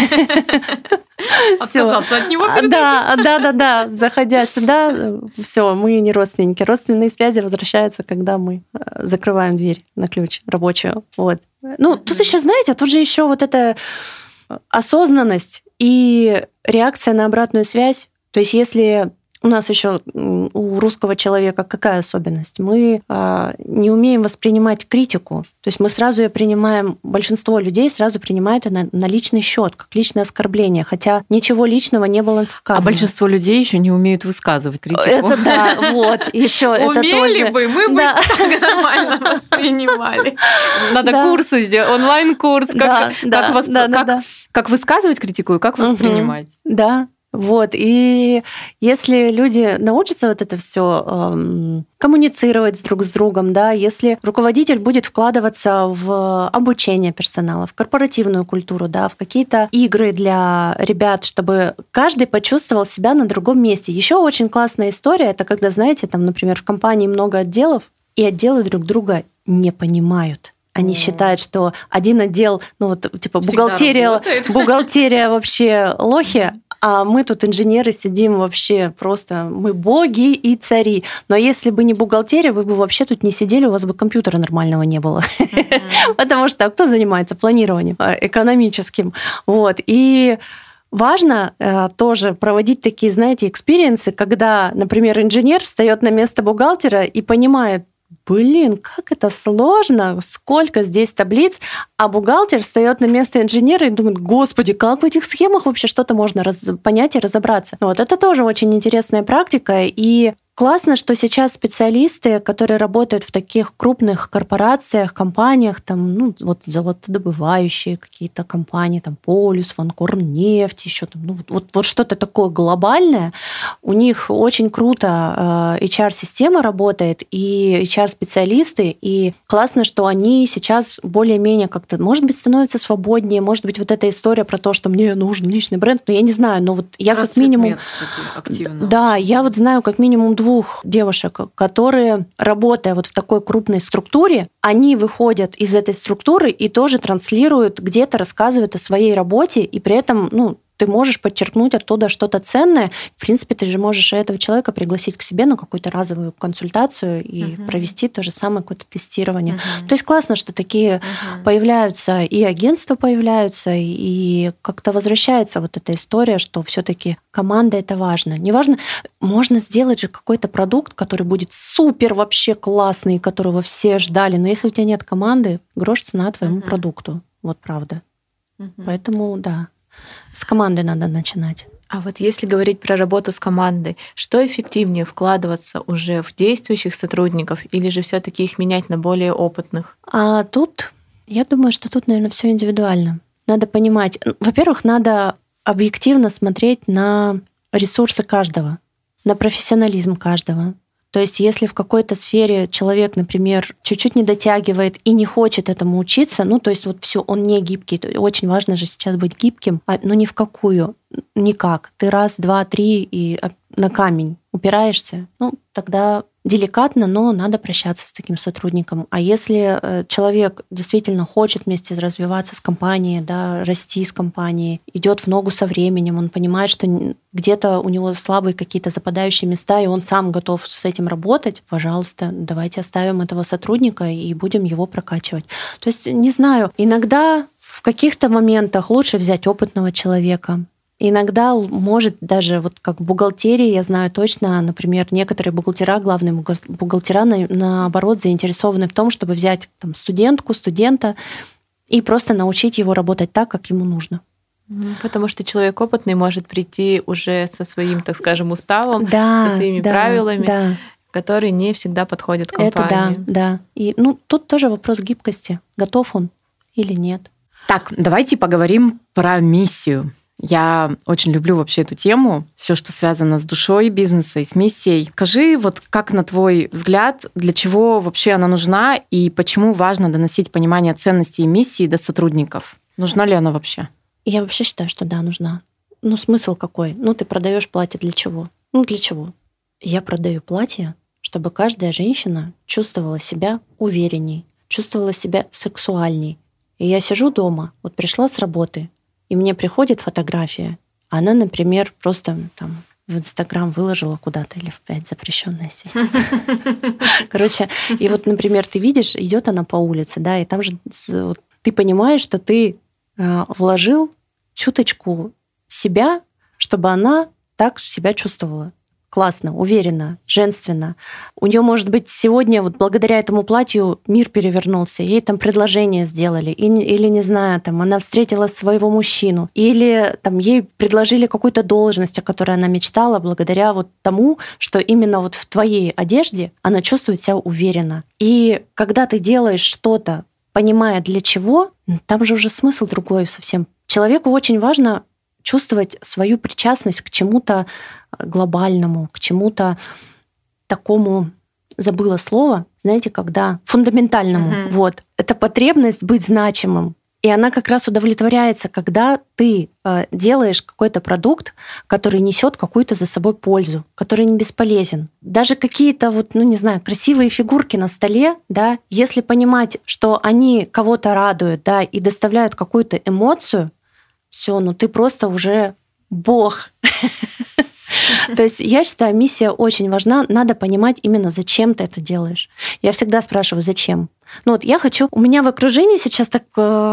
Speaker 3: Отказаться от него.
Speaker 4: Да, да, да, да. Заходя сюда, все, мы не родственники. Родственные связи возвращаются, когда мы закрываем дверь на ключ рабочую. Вот. Ну, тут еще, знаете, тут же еще вот эта осознанность и реакция на обратную связь. То есть, если у нас еще у русского человека какая особенность? Мы э, не умеем воспринимать критику. То есть мы сразу ее принимаем, большинство людей сразу принимает это на, на личный счет, как личное оскорбление, хотя ничего личного не было сказано.
Speaker 3: А большинство людей еще не умеют высказывать критику.
Speaker 4: Это да, вот, еще это тоже.
Speaker 3: Умели бы, мы бы так нормально воспринимали. Надо курсы сделать, онлайн-курс, как высказывать критику и как воспринимать.
Speaker 4: Да. Вот, и если люди научатся вот это все эм, коммуницировать друг с другом, да, если руководитель будет вкладываться в обучение персонала, в корпоративную культуру, да, в какие-то игры для ребят, чтобы каждый почувствовал себя на другом месте. Еще очень классная история, это когда, знаете, там, например, в компании много отделов, и отделы друг друга не понимают. Они mm. считают, что один отдел, ну вот типа бухгалтерия, бухгалтерия вообще лохи, а мы тут инженеры сидим вообще просто, мы боги и цари. Но если бы не бухгалтерия, вы бы вообще тут не сидели, у вас бы компьютера нормального не было. Mm-hmm. Потому что а кто занимается планированием экономическим? Вот. И важно э, тоже проводить такие, знаете, экспириенсы, когда, например, инженер встает на место бухгалтера и понимает, блин, как это сложно, сколько здесь таблиц, а бухгалтер встает на место инженера и думает, господи, как в этих схемах вообще что-то можно раз- понять и разобраться. Вот это тоже очень интересная практика, и классно, что сейчас специалисты, которые работают в таких крупных корпорациях, компаниях, там, ну, вот золотодобывающие какие-то компании, там, Полюс, Ванкорнефть, еще там, ну, вот, вот что-то такое глобальное, у них очень круто э, эйч ар-система работает, и эйч ар-специалисты, и классно, что они сейчас более-менее как-то, может быть, становятся свободнее, может быть, вот эта история про то, что мне нужен личный бренд, но я не знаю, но вот я как минимум...
Speaker 3: Кстати, активно.
Speaker 4: Да, я вот знаю как минимум двух двух девушек, которые, работая вот в такой крупной структуре, они выходят из этой структуры и тоже транслируют, где-то рассказывают о своей работе, и при этом, ну, ты можешь подчеркнуть оттуда что-то ценное. В принципе, ты же можешь этого человека пригласить к себе на какую-то разовую консультацию и uh-huh. провести то же самое какое-то тестирование. Uh-huh. То есть классно, что такие uh-huh. появляются, и агентства появляются, и как-то возвращается вот эта история, что все-таки команда — это важно. Неважно, можно сделать же какой-то продукт, который будет супер вообще классный, которого все ждали, но если у тебя нет команды, грош цена твоему uh-huh. продукту. Вот правда. Uh-huh. Поэтому, да. С командой надо начинать.
Speaker 2: А вот если говорить про работу с командой, что эффективнее, вкладываться уже в действующих сотрудников или же все-таки их менять на более опытных?
Speaker 4: А тут, я думаю, что тут, наверное, все индивидуально. Надо понимать, во-первых, надо объективно смотреть на ресурсы каждого, на профессионализм каждого. То есть если в какой-то сфере человек, например, чуть-чуть не дотягивает и не хочет этому учиться, ну, то есть вот все, он не гибкий. Очень важно же сейчас быть гибким, а, ну, ни в какую, никак. Ты раз, два, три и на камень упираешься, ну, тогда деликатно, но надо прощаться с таким сотрудником. А если человек действительно хочет вместе развиваться с компанией, да, расти с компанией, идет в ногу со временем, он понимает, что где-то у него слабые какие-то западающие места, и он сам готов с этим работать, пожалуйста, давайте оставим этого сотрудника и будем его прокачивать. То есть, не знаю, иногда в каких-то моментах лучше взять опытного человека. Иногда, может, даже вот как в бухгалтерии, я знаю точно, например, некоторые бухгалтера, главные бухгалтера, наоборот, заинтересованы в том, чтобы взять там, студентку, студента и просто научить его работать так, как ему нужно.
Speaker 2: Потому что человек опытный может прийти уже со своим, так скажем, уставом,
Speaker 4: да,
Speaker 2: со своими
Speaker 4: да,
Speaker 2: правилами,
Speaker 4: да.
Speaker 2: которые не всегда подходят компании.
Speaker 4: Это да, да. И ну, тут тоже вопрос гибкости. Готов он или нет.
Speaker 3: Так, давайте поговорим про миссию. Я очень люблю вообще эту тему, все, что связано с душой бизнеса и с миссией. Скажи, вот как на твой взгляд, для чего вообще она нужна и почему важно доносить понимание ценностей и миссии до сотрудников? Нужна ли она вообще?
Speaker 4: Я вообще считаю, что да, нужна. Ну, смысл какой? Ну, ты продаешь платье для чего? Ну, для чего? Я продаю платье, чтобы каждая женщина чувствовала себя уверенней, чувствовала себя сексуальней. И я сижу дома, вот пришла с работы, и мне приходит фотография. Она, например, просто там в Инстаграм выложила куда-то или в пять запрещенные сети. Короче, и вот, например, ты видишь, идет она по улице, да, и там же ты понимаешь, что ты вложил чуточку себя, чтобы она так себя чувствовала. Классно, уверенно, женственно. У нее, может быть, сегодня вот благодаря этому платью мир перевернулся, ей там предложение сделали, и, или, не знаю, там она встретила своего мужчину, или там ей предложили какую-то должность, о которой она мечтала, благодаря вот тому, что именно вот в твоей одежде она чувствует себя уверенно. И когда ты делаешь что-то, понимая для чего, там же уже смысл другой совсем. Человеку очень важно чувствовать свою причастность к чему-то глобальному, к чему-то такому, забыла слово, знаете, когда фундаментальному. Mm-hmm. Вот. Это потребность быть значимым. И она как раз удовлетворяется, когда ты э, делаешь какой-то продукт, который несет какую-то за собой пользу, который не бесполезен. Даже какие-то вот, ну не знаю, красивые фигурки на столе, да, если понимать, что они кого-то радуют, да, и доставляют какую-то эмоцию, все, ну ты просто уже бог. То есть я считаю, миссия очень важна. Надо понимать именно, зачем ты это делаешь. Я всегда спрашиваю, зачем. Ну вот я хочу... У меня в окружении сейчас так...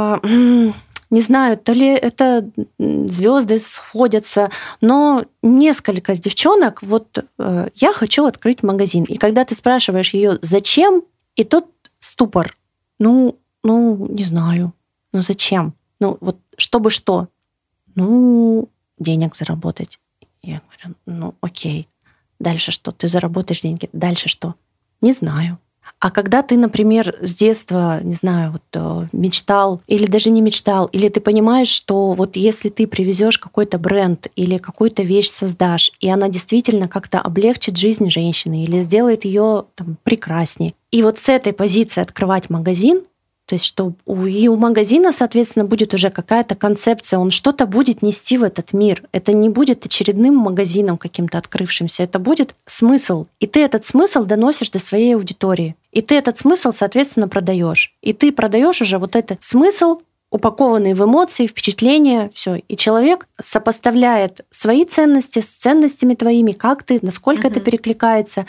Speaker 4: Не знаю, то ли это звезды сходятся, но несколько девчонок, вот я хочу открыть магазин. И когда ты спрашиваешь ее, зачем, и тот ступор. Ну, ну, не знаю. Ну зачем? Ну вот чтобы что? Ну, денег заработать. Я говорю, ну окей, дальше что? Ты заработаешь деньги, дальше что? Не знаю. А когда ты, например, с детства, не знаю, вот мечтал, или даже не мечтал, или ты понимаешь, что вот если ты привезешь какой-то бренд или какую-то вещь создашь, и она действительно как-то облегчит жизнь женщины или сделает ее там, прекраснее, и вот с этой позиции открывать магазин, то есть что и у магазина, соответственно, будет уже какая-то концепция, он что-то будет нести в этот мир. Это не будет очередным магазином каким-то открывшимся, это будет смысл. И ты этот смысл доносишь до своей аудитории. И ты этот смысл, соответственно, продаешь. И ты продаешь уже вот этот смысл упакованные в эмоции, впечатления, все. И человек сопоставляет свои ценности с ценностями твоими, как ты, насколько mm-hmm. это перекликается.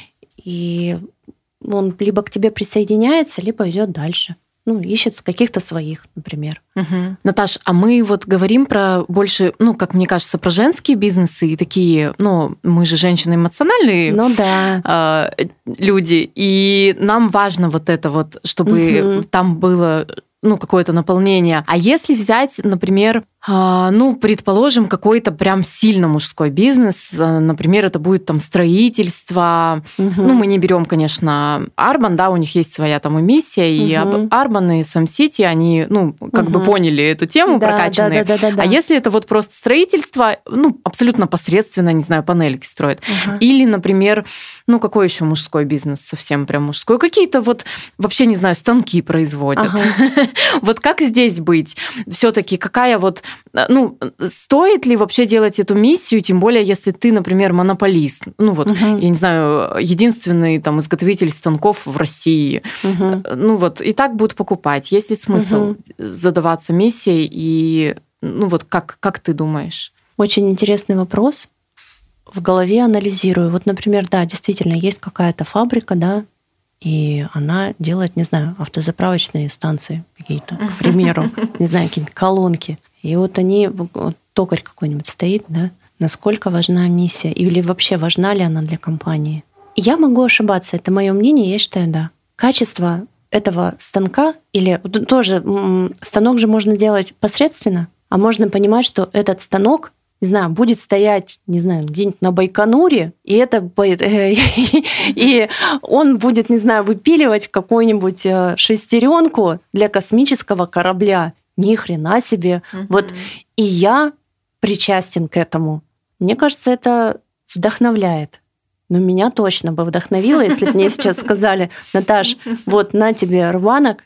Speaker 4: И он либо к тебе присоединяется, либо идет дальше. Ну, ищет каких-то своих, например.
Speaker 3: Угу. Наташ, а мы вот говорим про больше, ну, как мне кажется, про женские бизнесы и такие, ну, мы же женщины эмоциональные
Speaker 4: ну, да.
Speaker 3: э, люди, и нам важно вот это вот, чтобы угу. там было, ну, какое-то наполнение. А если взять, например, э, ну, предположим, какой-то прям сильно мужской бизнес, э, например, это будет там строительство, угу. ну, мы не берем, конечно, Арбан, да, у них есть своя там и миссия, и угу. Арбан и Самсити, они, ну, как угу. бы поняли эту тему, да, прокачанные. Да, да, да, да, да. А если это вот просто строительство, ну, абсолютно посредственно, не знаю, панельки строят. Угу. Или, например, ну, какой еще мужской бизнес, совсем прям мужской? Какие-то вот, вообще, не знаю, станки производят. Ага. Вот как здесь быть? Все-таки какая вот, ну, стоит ли вообще делать эту миссию, тем более, если ты, например, монополист, ну, вот, угу. я не знаю, единственный там изготовитель станков в России, угу. ну, вот, и так будут покупать. Есть ли смысл угу. задаваться миссией и, ну, вот, как, как ты думаешь?
Speaker 4: Очень интересный вопрос. В голове анализирую. Вот, например, да, действительно, есть какая-то фабрика, да, и она делает, не знаю, автозаправочные станции какие-то, к примеру, не знаю, какие-то колонки. И вот они, вот токарь какой-нибудь стоит, да, насколько важна миссия, или вообще важна ли она для компании. Я могу ошибаться, это мое мнение, я считаю, да. Качество этого станка, или тоже станок же можно делать посредственно, а можно понимать, что этот станок, не знаю, будет стоять, не знаю, где-нибудь на Байконуре, и это будет, и он будет, не знаю, выпиливать какую-нибудь шестеренку для космического корабля. Ни хрена себе. Uh-huh. Вот и я причастен к этому. Мне кажется, это вдохновляет. Но меня точно бы вдохновило, если бы мне сейчас сказали: Наташ, вот на тебе рванок,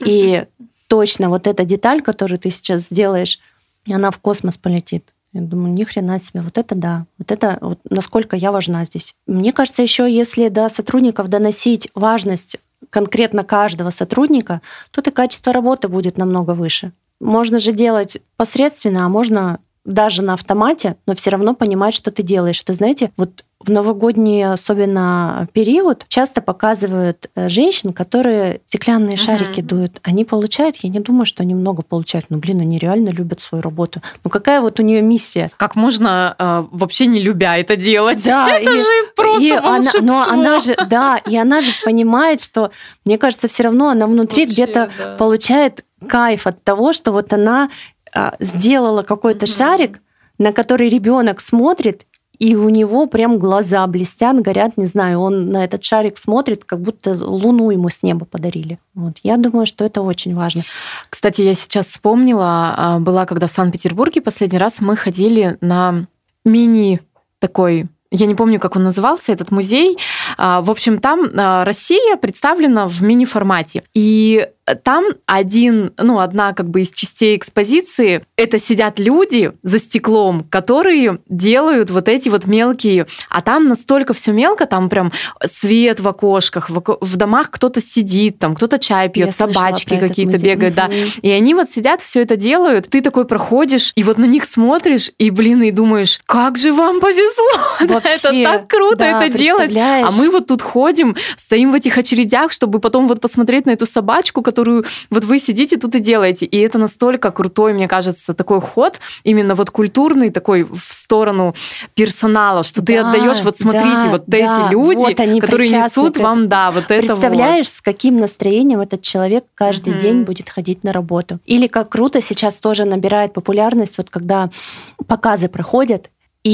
Speaker 4: и точно вот эта деталь, которую ты сейчас сделаешь, она в космос полетит. Я думаю, ни хрена себе, вот это да, вот это вот насколько я важна здесь. Мне кажется, еще если до сотрудников доносить важность конкретно каждого сотрудника, то и качество работы будет намного выше. Можно же делать посредственно, а можно даже на автомате, но все равно понимать, что ты делаешь. Это, знаете, вот в новогодний особенно период часто показывают женщин, которые стеклянные uh-huh. шарики дуют. Они получают, я не думаю, что они много получают, но, блин, они реально любят свою работу. Ну какая вот у нее миссия?
Speaker 3: Как можно э, вообще не любя это делать?
Speaker 4: Да,
Speaker 3: это
Speaker 4: и,
Speaker 3: же просто
Speaker 4: и
Speaker 3: волшебство.
Speaker 4: Она, но она же, да, и она же понимает, что, мне кажется, все равно она внутри вообще, где-то да. получает кайф от того, что вот она а, сделала какой-то uh-huh. шарик, на который ребенок смотрит, и у него прям глаза блестят, горят, не знаю, он на этот шарик смотрит, как будто Луну ему с неба подарили. Вот. Я думаю, что это очень важно.
Speaker 3: Кстати, я сейчас вспомнила, была, когда в Санкт-Петербурге последний раз мы ходили на мини такой... Я не помню, как он назывался, этот музей. В общем, там Россия представлена в мини-формате. И там один, ну, одна как бы из частей экспозиции, это сидят люди за стеклом, которые делают вот эти вот мелкие, а там настолько все мелко, там прям свет в окошках, в, в домах кто-то сидит, там кто-то чай пьет, я собачки какие-то бегают, да. И они вот сидят, все это делают, ты такой проходишь, и вот на них смотришь, и, блин, и думаешь, как же вам повезло, вообще, это так круто да, это делать, а мы вот тут ходим, стоим в этих очередях, чтобы потом вот посмотреть на эту собачку, которую вот вы сидите тут и делаете. И это настолько крутой, мне кажется, такой ход, именно вот культурный, такой в сторону персонала, что да, ты отдаешь, вот смотрите, да, вот да, эти люди, вот которые несут вам, да, вот это
Speaker 4: Представляешь,
Speaker 3: вот.
Speaker 4: С каким настроением этот человек каждый mm-hmm. день будет ходить на работу. Или как круто сейчас тоже набирает популярность, вот когда показы проходят,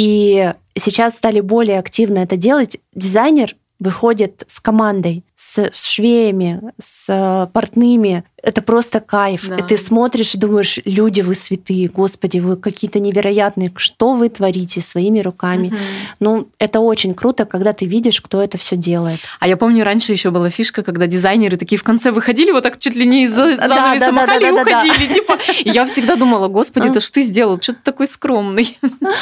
Speaker 4: и сейчас стали более активно это делать, дизайнер выходит с командой, с швеями, с портными. Это просто кайф. Да. И ты смотришь и думаешь, люди, вы святые, Господи, вы какие-то невероятные, что вы творите своими руками. Угу. Ну, это очень круто, когда ты видишь, кто это все делает.
Speaker 3: А я помню, раньше еще была фишка, когда дизайнеры такие в конце выходили, вот так чуть ли не из-за занавеса да, махали да, да, и уходили. Да, да. Типа. И я всегда думала, Господи, это ж ты сделал, что ты такой скромный.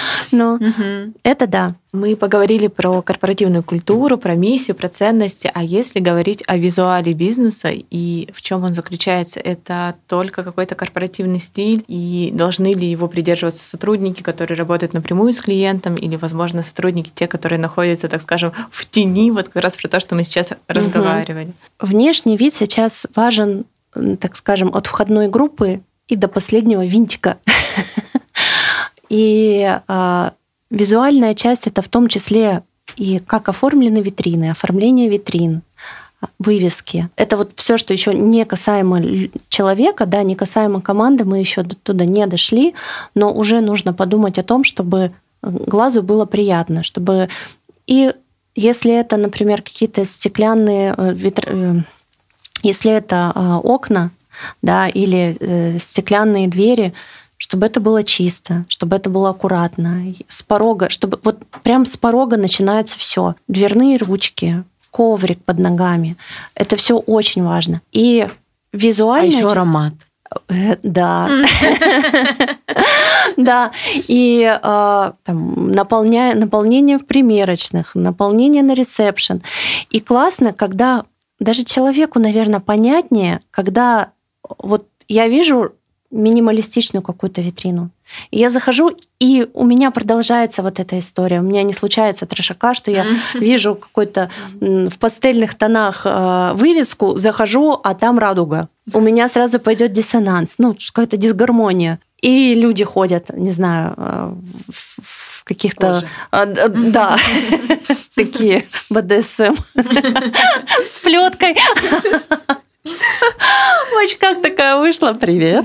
Speaker 4: Ну, это да.
Speaker 2: Мы поговорили про корпоративную культуру, про миссию, про ценности, а если говорить о визуале бизнеса и в чем он заключается, это только какой-то корпоративный стиль, и должны ли его придерживаться сотрудники, которые работают напрямую с клиентом, или, возможно, сотрудники, те, которые находятся, так скажем, в тени, вот как раз про то, что мы сейчас разговаривали.
Speaker 4: Внешний вид сейчас важен, так скажем, от входной группы и до последнего винтика. И визуальная часть — это в том числе и как оформлены витрины, оформление витрин, вывески. Это вот все, что еще не касаемо человека, да, не касаемо команды, мы еще туда не дошли, но уже нужно подумать о том, чтобы глазу было приятно, чтобы и если это, например, какие-то стеклянные витр... если это окна, да, или стеклянные двери, чтобы это было чисто, чтобы это было аккуратно, с порога, чтобы вот прям с порога начинается все. Дверные ручки, коврик под ногами. Это все очень важно. И визуально.
Speaker 3: А еще аромат.
Speaker 4: Да. Да. И наполнение в примерочных, наполнение на ресепшн. И классно, когда даже человеку, наверное, понятнее, когда вот я вижу минималистичную какую-то витрину. И я захожу, и у меня продолжается вот эта история. У меня не случается трешака, что я вижу какой-то в пастельных тонах вывеску, захожу, а там радуга. У меня сразу пойдет диссонанс, ну, какая-то дисгармония. И люди ходят, не знаю, в каких-то... Да, такие бэ дэ эс эм с плеткой. Ой, как такая вышла, привет.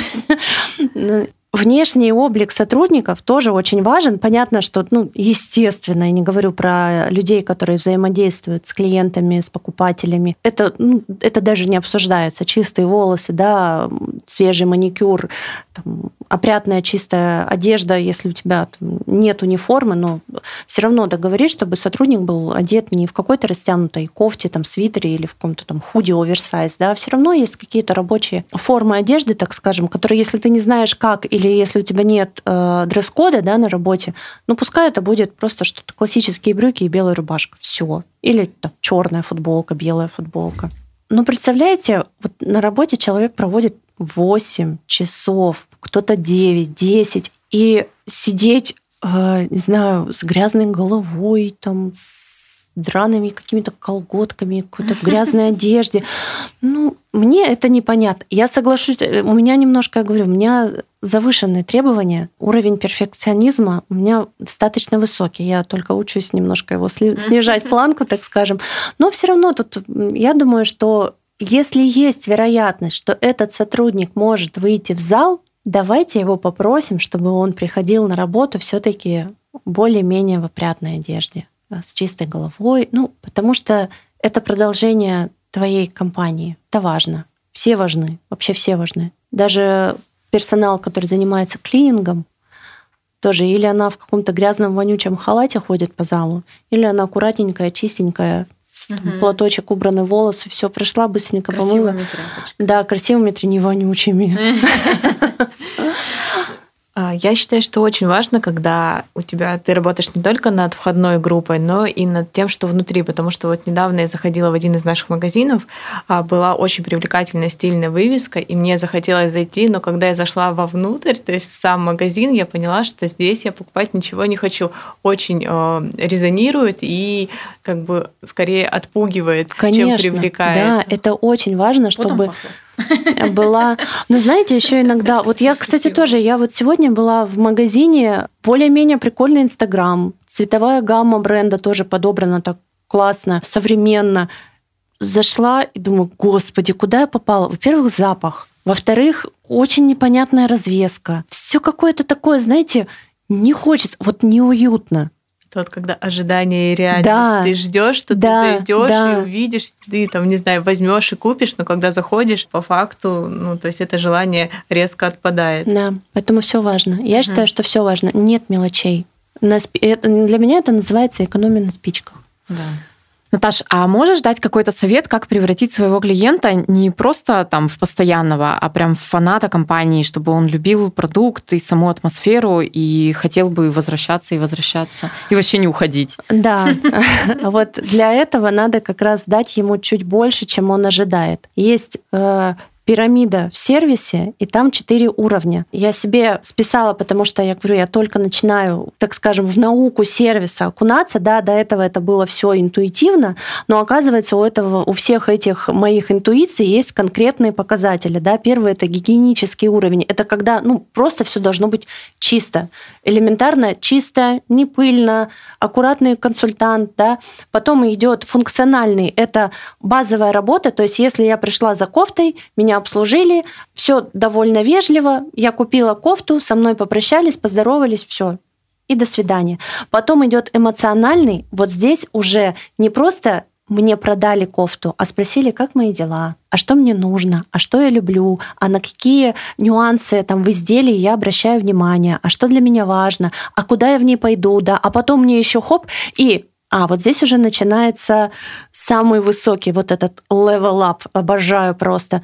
Speaker 4: Внешний облик сотрудников тоже очень важен. Понятно, что, ну, естественно, я не говорю про людей, которые взаимодействуют с клиентами, с покупателями. Это, ну, это даже не обсуждается. Чистые волосы, да, свежий маникюр, там, опрятная чистая одежда, если у тебя там нет униформы, но все равно договорись, чтобы сотрудник был одет не в какой-то растянутой кофте, там, свитере или в каком-то там худи оверсайз, да, все равно есть какие-то рабочие формы одежды, так скажем, которые, если ты не знаешь как, или если у тебя нет э, дресс-кода, да, на работе, ну пускай это будет просто что-то классические брюки и белая рубашка, все, или там черная футболка, белая футболка. Но представляете, вот на работе человек проводит восемь часов, кто-то девять, десять, и сидеть, э, не знаю, с грязной головой, там, с драными какими-то колготками, какой-то грязной одежде. Ну, мне это непонятно. Я соглашусь, у меня немножко, я говорю, у меня завышенные требования, уровень перфекционизма у меня достаточно высокий. Я только учусь немножко его снижать планку, так скажем. Но все равно тут, я думаю, что если есть вероятность, что этот сотрудник может выйти в зал, давайте его попросим, чтобы он приходил на работу все-таки более-менее в опрятной одежде, с чистой головой. Ну, потому что это продолжение твоей компании. Это важно. Все важны. Вообще все важны. Даже персонал, который занимается клинингом, тоже или она в каком-то грязном вонючем халате ходит по залу, или она аккуратненькая, чистенькая, угу. Платочек, убраны волосы, все пришла, быстренько помыла.
Speaker 3: Красивыми тряпочками.
Speaker 4: Да, красивыми, не вонючими.
Speaker 2: Я считаю, что очень важно, когда у тебя ты работаешь не только над входной группой, но и над тем, что внутри. Потому что вот недавно я заходила в один из наших магазинов, была очень привлекательная стильная вывеска, и мне захотелось зайти, но когда я зашла вовнутрь, то есть в сам магазин, я поняла, что здесь я покупать ничего не хочу. Очень резонирует и как бы скорее отпугивает,
Speaker 4: Конечно,
Speaker 2: чем привлекает.
Speaker 4: Да, это очень важно, чтобы... была. Но знаете, еще иногда... Вот я, кстати, Спасибо. тоже, я вот сегодня была в магазине, более-менее прикольный Инстаграм, цветовая гамма бренда тоже подобрана так классно, современно. Зашла и думаю, господи, куда я попала? Во-первых, запах. Во-вторых, очень непонятная развеска. Все какое-то такое, знаете, не хочется, вот неуютно.
Speaker 2: Вот когда ожидание и реальность.
Speaker 4: Да,
Speaker 2: ты ждешь, что да, ты зайдешь да. и увидишь, ты там, не знаю, возьмешь и купишь, но когда заходишь, по факту, ну, то есть это желание резко отпадает.
Speaker 4: Да, поэтому все важно. Я угу. считаю, что все важно. Нет мелочей. На спи... Для меня это называется экономия на спичках.
Speaker 3: Да. Наташ, а можешь дать какой-то совет, как превратить своего клиента не просто там в постоянного, а прям в фаната компании, чтобы он любил продукт и саму атмосферу и хотел бы возвращаться и возвращаться, и вообще не уходить?
Speaker 4: Да, вот для этого надо как раз дать ему чуть больше, чем он ожидает. Есть пирамида в сервисе, и там четыре уровня. Я себе списала, потому что, я говорю, я только начинаю, так скажем, в науку сервиса окунаться, да, до этого это было все интуитивно, но оказывается, у этого, у всех этих моих интуиций есть конкретные показатели, да. Первый — это гигиенический уровень, это когда, ну, просто все должно быть чисто, элементарно чисто, не пыльно, аккуратный консультант, да. Потом идет функциональный, это базовая работа, то есть если я пришла за кофтой, меня обслужили, все довольно вежливо, я купила кофту, со мной попрощались, поздоровались, все, и до свидания. Потом идет эмоциональный, вот здесь уже не просто мне продали кофту, а спросили, как мои дела, а что мне нужно, а что я люблю, а на какие нюансы там в изделии я обращаю внимание, а что для меня важно, а куда я в ней пойду, да, а потом мне еще хоп, и А, вот здесь уже начинается самый высокий вот этот level up. Обожаю просто.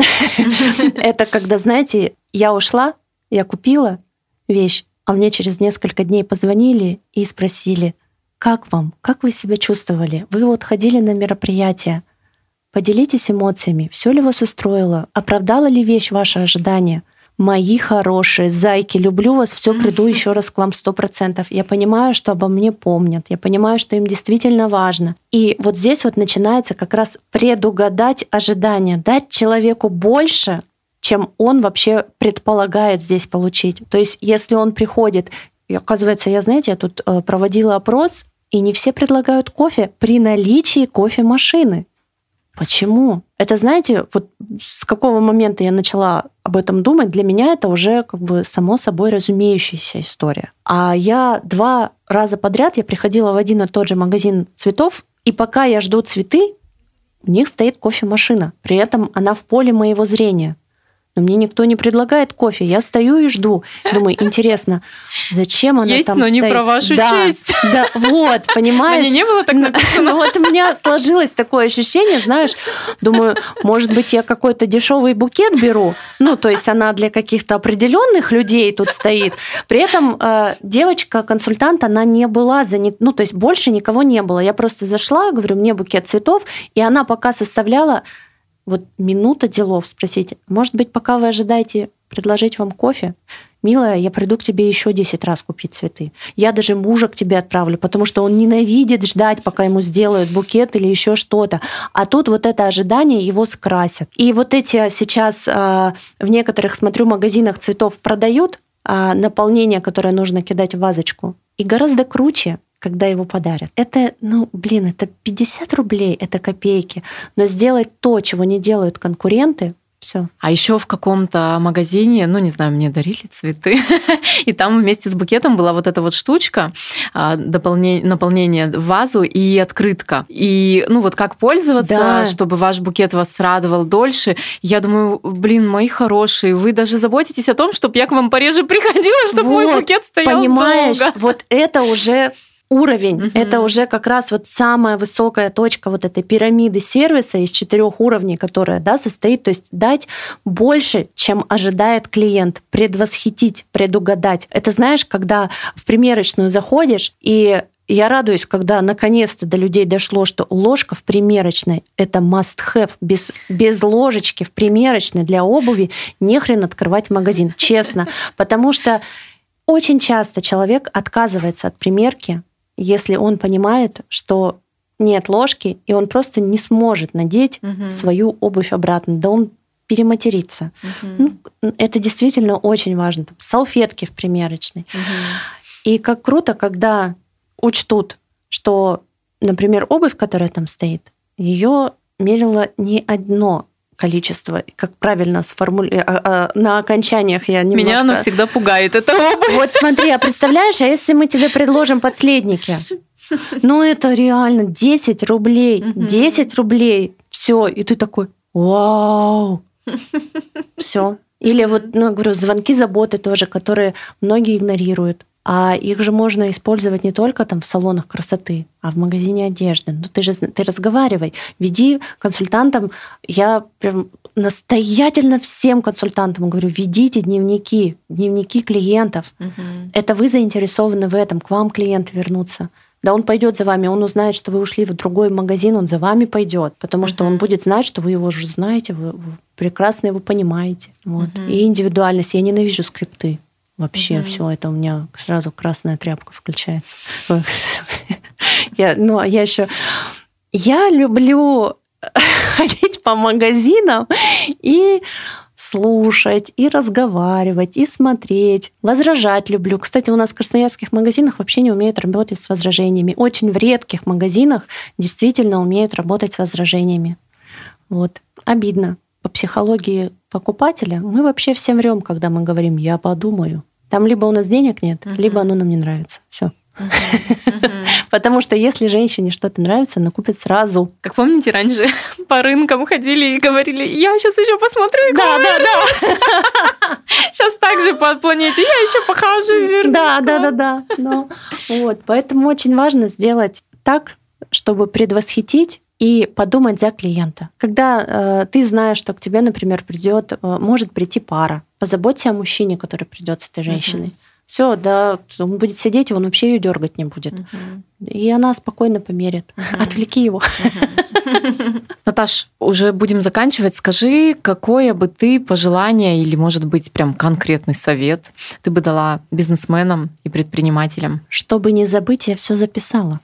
Speaker 4: Это когда, знаете, я ушла, я купила вещь, а мне через несколько дней позвонили и спросили, как вам, как вы себя чувствовали? Вы вот ходили на мероприятие, поделитесь эмоциями, все ли вас устроило, оправдала ли вещь ваши ожидания? Мои хорошие зайки, люблю вас, все, приду еще раз к вам сто процентов. Я понимаю, что обо мне помнят, я понимаю, что им действительно важно. И вот здесь вот начинается как раз предугадать ожидания, дать человеку больше, чем он вообще предполагает здесь получить. То есть если он приходит, и оказывается, я, знаете, я тут проводила опрос, и не все предлагают кофе при наличии кофемашины. Почему? Это, знаете, вот с какого момента я начала об этом думать, для меня это уже как бы само собой разумеющаяся история. А я два раза подряд я приходила в один и тот же магазин цветов, и пока я жду цветы, у них стоит кофемашина. При этом она в поле моего зрения. Но мне никто не предлагает кофе. Я стою и жду. Думаю, интересно, зачем она
Speaker 3: Есть,
Speaker 4: там
Speaker 3: но
Speaker 4: стоит?
Speaker 3: не про вашу
Speaker 4: да,
Speaker 3: честь.
Speaker 4: Да, вот, понимаешь?
Speaker 3: Мне не было так написано.
Speaker 4: Ну вот у меня сложилось такое ощущение, знаешь, думаю, может быть, я какой-то дешевый букет беру, ну, то есть она для каких-то определенных людей тут стоит. При этом э, девочка-консультант, она не была занята, ну, то есть больше никого не было. Я просто зашла, говорю, мне букет цветов, и она пока составляла вот минута делов, спросить, может быть, пока вы ожидаете предложить вам кофе, милая, я приду к тебе еще десять раз купить цветы. Я даже мужа к тебе отправлю, потому что он ненавидит ждать, пока ему сделают букет или еще что-то. А тут вот это ожидание его скрасит. И вот эти сейчас в некоторых, смотрю, магазинах цветов продают наполнение, которое нужно кидать в вазочку. И гораздо круче, когда его подарят. Это, ну, блин, это пятьдесят рублей, это копейки. Но сделать то, чего не делают конкуренты, все.
Speaker 3: А еще в каком-то магазине, ну, не знаю, мне дарили цветы, и там вместе с букетом была вот эта вот штучка, дополнение, наполнение в вазу и открытка. И, ну, вот как пользоваться, да, чтобы ваш букет вас радовал дольше. Я думаю, блин, мои хорошие, вы даже заботитесь о том, чтобы я к вам пореже приходила, чтобы вот, мой букет стоял
Speaker 4: понимаешь,
Speaker 3: долго.
Speaker 4: Вот это уже уровень.
Speaker 3: Uh-huh.
Speaker 4: Это уже как раз вот самая высокая точка вот этой пирамиды сервиса из четырех уровней, которая, да, состоит, то есть дать больше, чем ожидает клиент, предвосхитить, предугадать. Это, знаешь, когда в примерочную заходишь, и я радуюсь, когда наконец-то до людей дошло, что ложка в примерочной — это must-have. Без, без ложечки в примерочной для обуви нехрен открывать магазин, честно. Потому что очень часто человек отказывается от примерки, если он понимает, что нет ложки, и он просто не сможет надеть угу. свою обувь обратно, да он перематерится. Угу. Ну, это действительно очень важно. Там, салфетки в примерочной. Угу. И как круто, когда учтут, что, например, обувь, которая там стоит, ее мерило не одно количество, как правильно сформулировать, на окончаниях я немножко...
Speaker 3: Меня оно всегда пугает, это обувь.
Speaker 4: Вот смотри, а представляешь, а если мы тебе предложим подследники? Ну это реально десять рублей, десять рублей, все, и ты такой, вау, все. Или вот, ну, говорю, звонки заботы тоже, которые многие игнорируют. А их же можно использовать не только там в салонах красоты, а в магазине одежды. Ну ты же ты разговаривай, веди консультантам. Я прям настоятельно всем консультантам говорю, ведите дневники, дневники клиентов. Угу. Это вы заинтересованы в этом, к вам клиенты вернутся. Да он пойдет за вами, он узнает, что вы ушли в другой магазин, он за вами пойдет, потому что он будет знать, что вы его уже знаете, вы, вы прекрасно его понимаете. Вот. Uh-huh. И индивидуальность. Я ненавижу скрипты. Вообще uh-huh. все это у меня сразу красная тряпка включается. я, ну, я еще я люблю ходить по магазинам и слушать, и разговаривать, и смотреть. Возражать люблю. Кстати, у нас в красноярских магазинах вообще не умеют работать с возражениями. Очень в редких магазинах действительно умеют работать с возражениями. Вот. Обидно. По психологии покупателя мы вообще всем врем, когда мы говорим «я подумаю». Там либо у нас денег нет, uh-huh. либо оно нам не нравится. Все. Uh-huh. Uh-huh. Потому что если женщине что-то нравится, она купит сразу.
Speaker 3: Как помните, раньше по рынкам ходили и говорили, я сейчас еще посмотрю и
Speaker 4: да, да, да.
Speaker 3: Сейчас так же по планете, я еще похожу и вернусь.
Speaker 4: Да, да, да, да. Но, вот, поэтому очень важно сделать так, чтобы предвосхитить и подумать за клиента. Когда э, ты знаешь, что к тебе, например, придет, э, может прийти пара, позаботься о мужчине, который придет с этой женщиной. Uh-huh. Все, да, он будет сидеть, и он вообще ее дергать не будет. Uh-huh. И она спокойно померит. Uh-huh. Отвлеки его.
Speaker 3: Uh-huh. Наташ, уже будем заканчивать. Скажи, какое бы ты пожелание или, может быть, прям конкретный совет ты бы дала бизнесменам и предпринимателям?
Speaker 4: Чтобы не забыть, я все записала.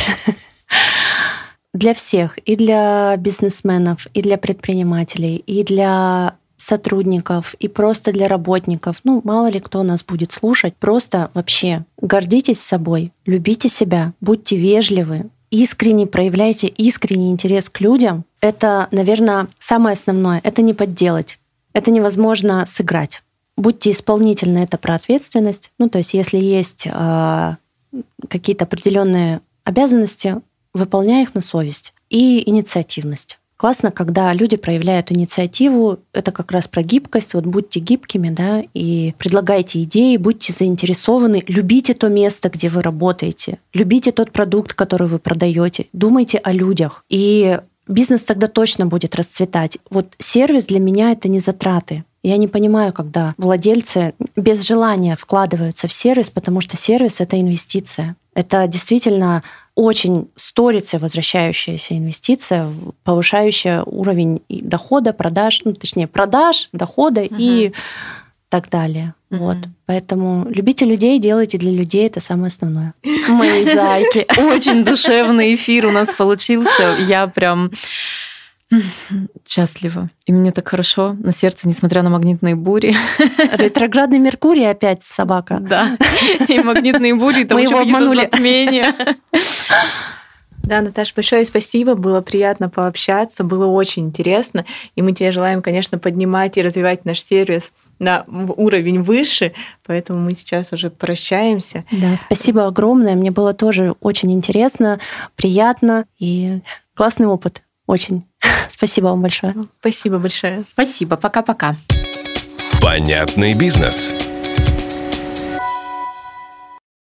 Speaker 4: Для всех, и для бизнесменов, и для предпринимателей, и для сотрудников, и просто для работников. Ну, мало ли кто нас будет слушать. Просто вообще гордитесь собой, любите себя, будьте вежливы, искренне проявляйте искренний интерес к людям. Это, наверное, самое основное. Это не подделать. Это невозможно сыграть. Будьте исполнительны, это про ответственность. Ну, то есть если есть э, какие-то определенные обязанности, выполняй их на совесть. И инициативность. Классно, когда люди проявляют инициативу, это как раз про гибкость, вот будьте гибкими, да, и предлагайте идеи, будьте заинтересованы, любите то место, где вы работаете, любите тот продукт, который вы продаете, думайте о людях, и бизнес тогда точно будет расцветать. Вот сервис для меня — это не затраты. Я не понимаю, когда владельцы без желания вкладываются в сервис, потому что сервис — это инвестиция. Это действительно очень сторицей возвращающаяся инвестиция, повышающая уровень дохода, продаж, ну, точнее, продаж, дохода uh-huh. и так далее. Uh-huh. Вот. Поэтому любите людей, делайте для людей, это самое основное. Мои зайки.
Speaker 3: Очень душевный эфир у нас получился. Я прям счастлива. И мне так хорошо на сердце, несмотря на магнитные бури.
Speaker 4: Ретроградный Меркурий опять собака.
Speaker 3: Да. И магнитные бури, там еще какие-то затмения.
Speaker 2: Да, Наташа, большое спасибо. Было приятно пообщаться, было очень интересно. И мы тебе желаем, конечно, поднимать и развивать наш сервис на уровень выше. Поэтому мы сейчас уже прощаемся.
Speaker 4: Да, спасибо огромное. Мне было тоже очень интересно, приятно и классный опыт. Очень. Спасибо вам большое.
Speaker 2: Спасибо большое.
Speaker 3: Спасибо. Пока-пока.
Speaker 1: Понятный бизнес.